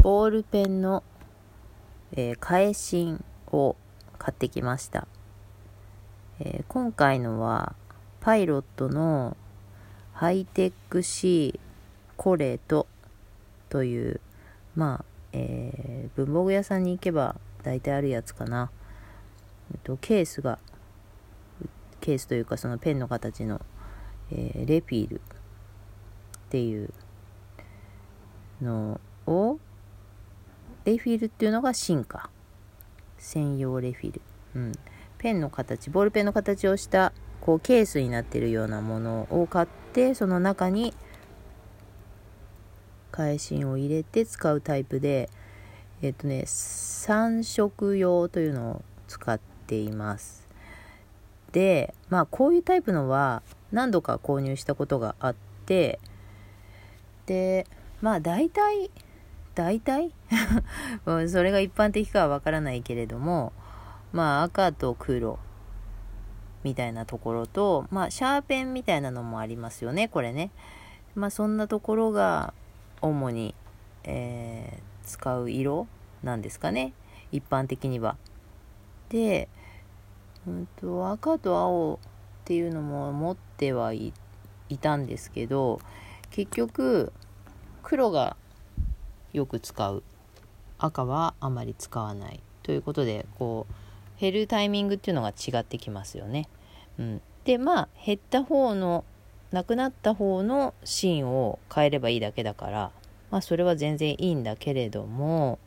ボールペンの、返しを買ってきました。今回のはパイロットのハイテック C コレトという、文房具屋さんに行けば大体あるやつかな。ケースというかそのペンの形の、レフィールっていうのを、レフィールっていうのが進化専用レフィール、ペンの形、ボールペンの形をしたこうケースになっているようなものを買って、その中に返しを入れて使うタイプで、3色用というのを使っています。で、こういうタイプのは何度か購入したことがあって、で、大体それが一般的かはわからないけれども、赤と黒みたいなところと、シャーペンみたいなのもありますよね、これね。そんなところが主に、使う色なんですかね、一般的には。で、赤と青っていうのも持ってはいたんですけど、結局黒がよく使う、赤はあまり使わないということで、こう減るタイミングっていうのが違ってきますよね。で、減った方のなくなった方の芯を変えればいいだけだから、それは全然いいんだけれども、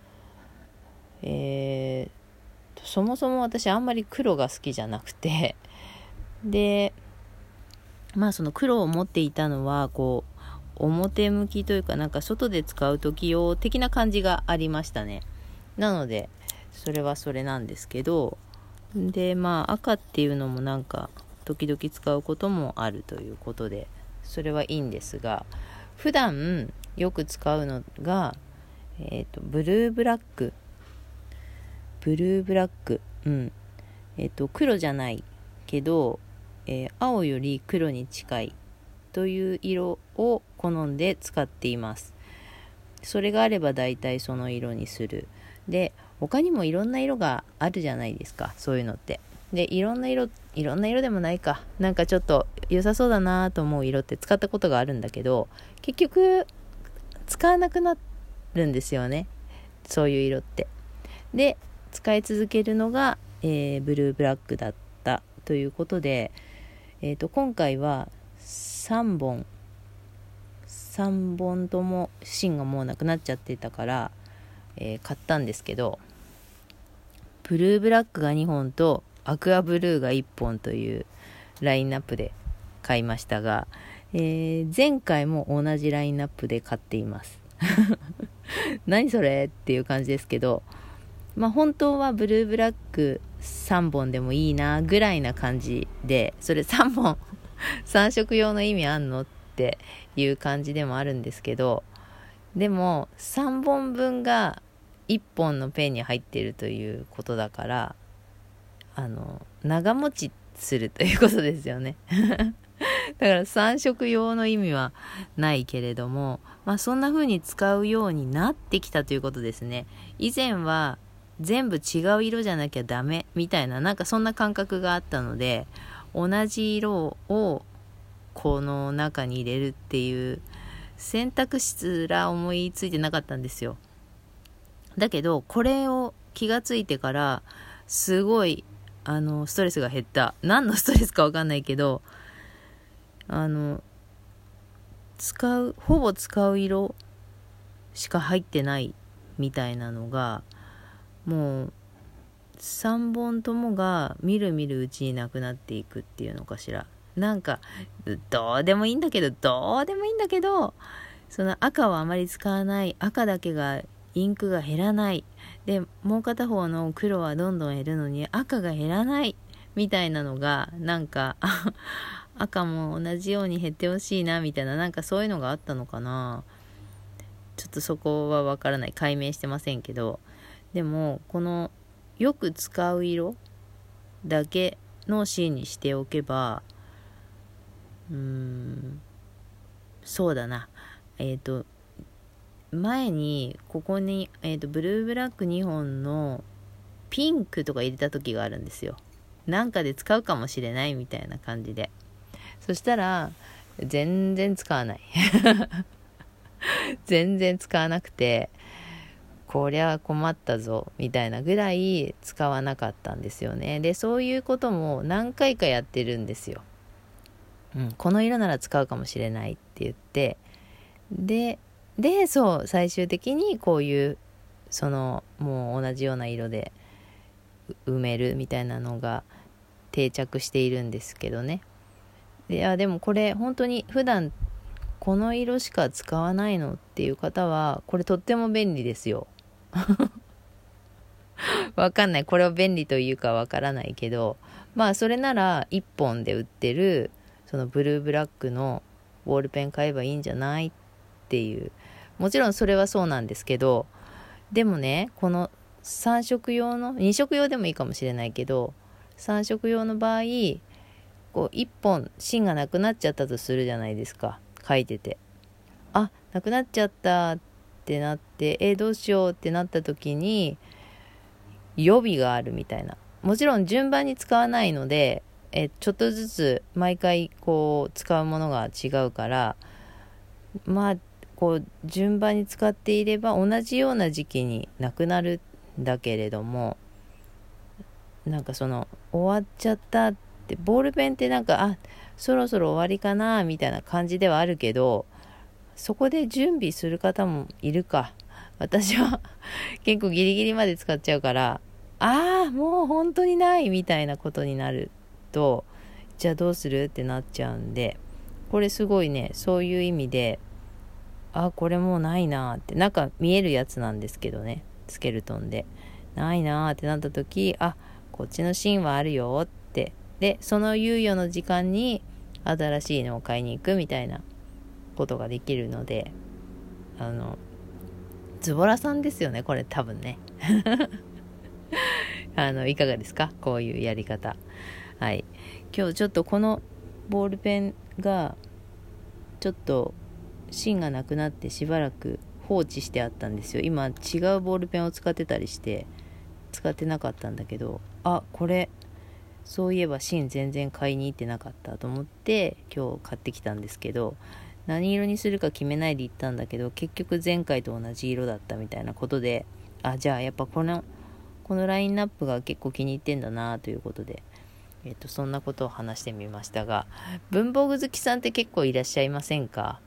そもそも私あんまり黒が好きじゃなくて、で、その黒を持っていたのはこう表向きというか、外で使う時用的な感じがありましたね。なのでそれはそれなんですけど、で赤っていうのも時々使うこともあるということで、それはいいんですが、普段よく使うのが、ブルーブラック、黒じゃないけど、青より黒に近いという色を好んで使っています。それがあれば大体その色にする。で、他にもいろんな色があるじゃないですか、そういうのって。で、いろんな色でもないか、ちょっと良さそうだなと思う色って使ったことがあるんだけど、結局使わなくなるんですよね、そういう色って。で、使い続けるのが、ブルーブラックだったということで、今回は3本とも芯がもうなくなっちゃってたから、買ったんですけど、ブルーブラックが2本とアクアブルーが1本というラインナップで買いましたが、前回も同じラインナップで買っています何それっていう感じですけど、本当はブルーブラック3本でもいいなぐらいな感じで、それ3本3色用の意味あんのっていう感じでもあるんですけど、でも3本分が1本のペンに入っているということだから、長持ちするということですよねだから3色用の意味はないけれども、そんな風に使うようになってきたということですね。以前は全部違う色じゃなきゃダメみたいな、そんな感覚があったので、同じ色をこの中に入れるっていう選択肢すら思いついてなかったんですよ。だけどこれを気がついてからすごいストレスが減った。何のストレスか分かんないけど、ほぼ使う色しか入ってないみたいなのが、もう3本ともがみるみるうちになくなっていくっていうのかしら。どうでもいいんだけど、その赤はあまり使わない、赤だけがインクが減らない、でもう片方の黒はどんどん減るのに赤が減らないみたいなのが、赤も同じように減ってほしいなみたいな、そういうのがあったのかな。ちょっとそこはわからない、解明してませんけど、でもこのよく使う色だけの芯にしておけば、そうだな、 前にここに、ブルーブラック2本のピンクとか入れた時があるんですよ。なんかで使うかもしれないみたいな感じで。そしたら全然使わない全然使わなくて、こりゃ困ったぞみたいなぐらい使わなかったんですよね。でそういうことも何回かやってるんですよ。この色なら使うかもしれないって言って、でそう最終的にこういうもう同じような色で埋めるみたいなのが定着しているんですけどね。でもこれ本当に普段この色しか使わないのっていう方はこれとっても便利ですよわかんない、これを便利というかわからないけど、まあそれなら1本で売ってるそのブルーブラックのボールペン買えばいいんじゃないっていう、もちろんそれはそうなんですけど、でもね、この3色用の2色用でもいいかもしれないけど、3色用の場合こう1本芯がなくなっちゃったとするじゃないですか。書いててなくなっちゃったってなって、どうしようってなった時に予備があるみたいな。もちろん順番に使わないので、ちょっとずつ毎回こう使うものが違うから、まあこう順番に使っていれば同じような時期になくなるんだけれども、なんか終わっちゃったって、ボールペンってなんかそろそろ終わりかなみたいな感じではあるけど、そこで準備する方もいるか。私は結構ギリギリまで使っちゃうから、もう本当にないみたいなことになると、じゃあどうするってなっちゃうんで、これすごいね、そういう意味でこれもうないなーって、なんか見えるやつなんですけどね、スケルトンでないなーってなった時、こっちの芯はあるよって、でその猶予の時間に新しいのを買いに行くみたいなことができるので、ズボラさんですよねこれ多分ねいかがですか、こういうやり方。はい、今日ちょっとこのボールペンがちょっと芯がなくなってしばらく放置してあったんですよ。今違うボールペンを使ってたりして使ってなかったんだけど、これそういえば芯全然買いに行ってなかったと思って今日買ってきたんですけど、何色にするか決めないで行ったんだけど、結局前回と同じ色だったみたいなことで、じゃあやっぱこのラインナップが結構気に入ってんだなということで、そんなことを話してみましたが、文房具好きさんって結構いらっしゃいませんか？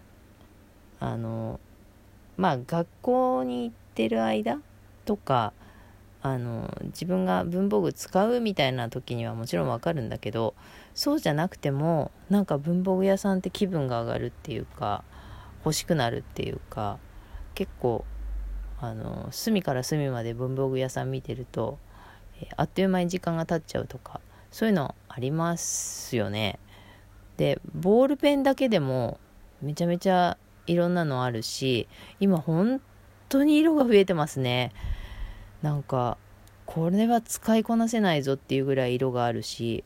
学校に行ってる間とか、自分が文房具使うみたいな時にはもちろんわかるんだけど、そうじゃなくてもなんか文房具屋さんって気分が上がるっていうか、欲しくなるっていうか、結構隅から隅まで文房具屋さん見てると、あっという間に時間が経っちゃうとか、そういうのありますよね。でボールペンだけでもめちゃめちゃいろんなのあるし、今本当に色が増えてますね。なんかこれは使いこなせないぞっていうぐらい色があるし、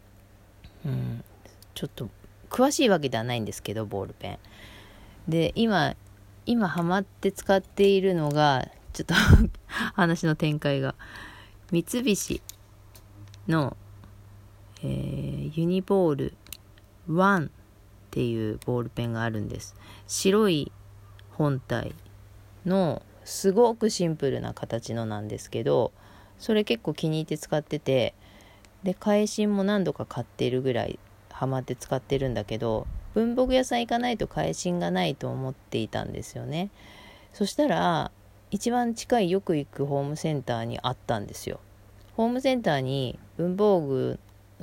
ちょっと詳しいわけではないんですけど、ボールペンで今ハマって使っているのが、ちょっと話の展開が、三菱の、ユニボール1っていうボールペンがあるんです。白い本体のすごくシンプルな形のなんですけど、それ結構気に入って使ってて、で返芯も何度か買っているぐらいハマって使ってるんだけど、文房具屋さん行かないと返芯がないと思っていたんですよね。そしたら一番近いよく行くホームセンターにあったんですよ。ホームセンターに文房具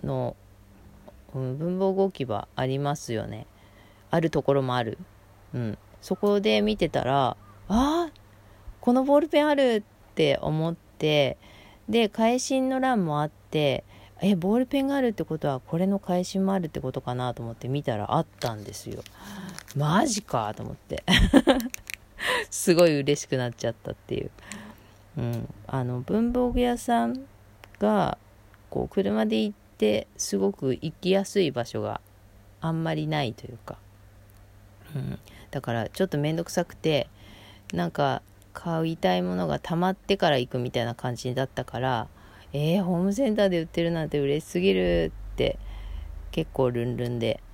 置き場ありますよね。あるところもある。そこで見てたら、このボールペンあるって思って、で返芯の欄もあって、ボールペンがあるってことはこれの返しもあるってことかなと思って見たらあったんですよ。マジかと思ってすごい嬉しくなっちゃったっていう。文房具屋さんがこう車で行ってすごく行きやすい場所があんまりないというか、だからちょっとめんどくさくて、 なんか買いたいものが溜まってから行くみたいな感じだったから、ホームセンターで売ってるなんて嬉しすぎるって、結構ルンルンで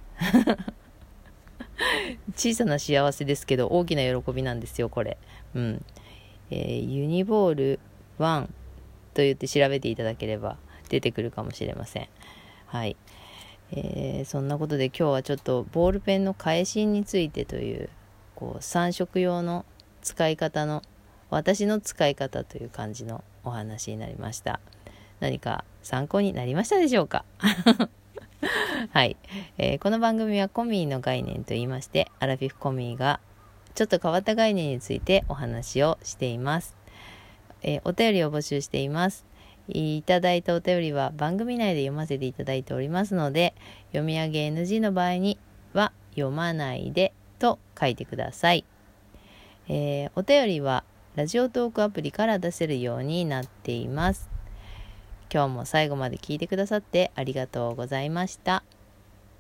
小さな幸せですけど大きな喜びなんですよこれ。ユニボール1と言って調べていただければ出てくるかもしれません。はい、そんなことで今日はちょっとボールペンの返しについてという、3色用の使い方の、私の使い方という感じのお話になりました。何か参考になりましたでしょうかはい、この番組はコミーの概念と言いまして、アラフィフコミーがちょっと変わった概念についてお話をしています。お便りを募集しています。いただいたお便りは番組内で読ませていただいておりますので、読み上げ NG の場合には読まないでと書いてください。お便りはラジオトークアプリから出せるようになっています。今日も最後まで聞いてくださってありがとうございました。